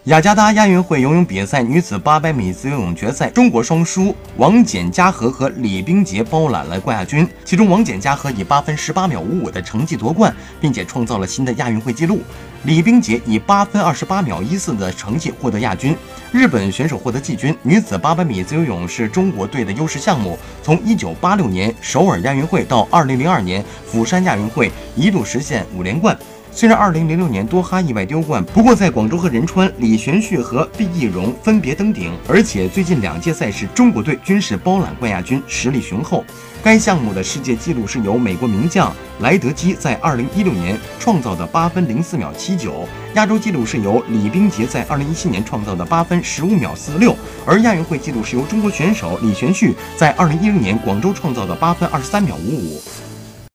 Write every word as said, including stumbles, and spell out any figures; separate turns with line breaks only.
雅加达亚运会游泳比赛女子八百米自由泳决赛，中国双姝王简嘉禾和李冰洁包揽了冠亚军。其中，王简嘉禾以八分十八秒五五的成绩夺冠，并且创造了新的亚运会纪录。李冰洁以八分二十八秒一四的成绩获得亚军。日本选手获得季军。女子八百米自由泳是中国队的优势项目，从一九八六年首尔亚运会到二零零二年釜山亚运会，一度实现五连冠。虽然二零零六年多哈意外丢冠，不过在广州和仁川，李玄旭和毕义荣分别登顶，而且最近两届赛事中国队均是包揽冠亚军，实力雄厚。该项目的世界纪录是由美国名将莱德基在二零一六年创造的八分零四秒七九，亚洲纪录是由李冰洁在二零一七年创造的八分十五秒四六，而亚运会纪录是由中国选手李玄旭在二零一零年广州创造的八分二十三秒五五。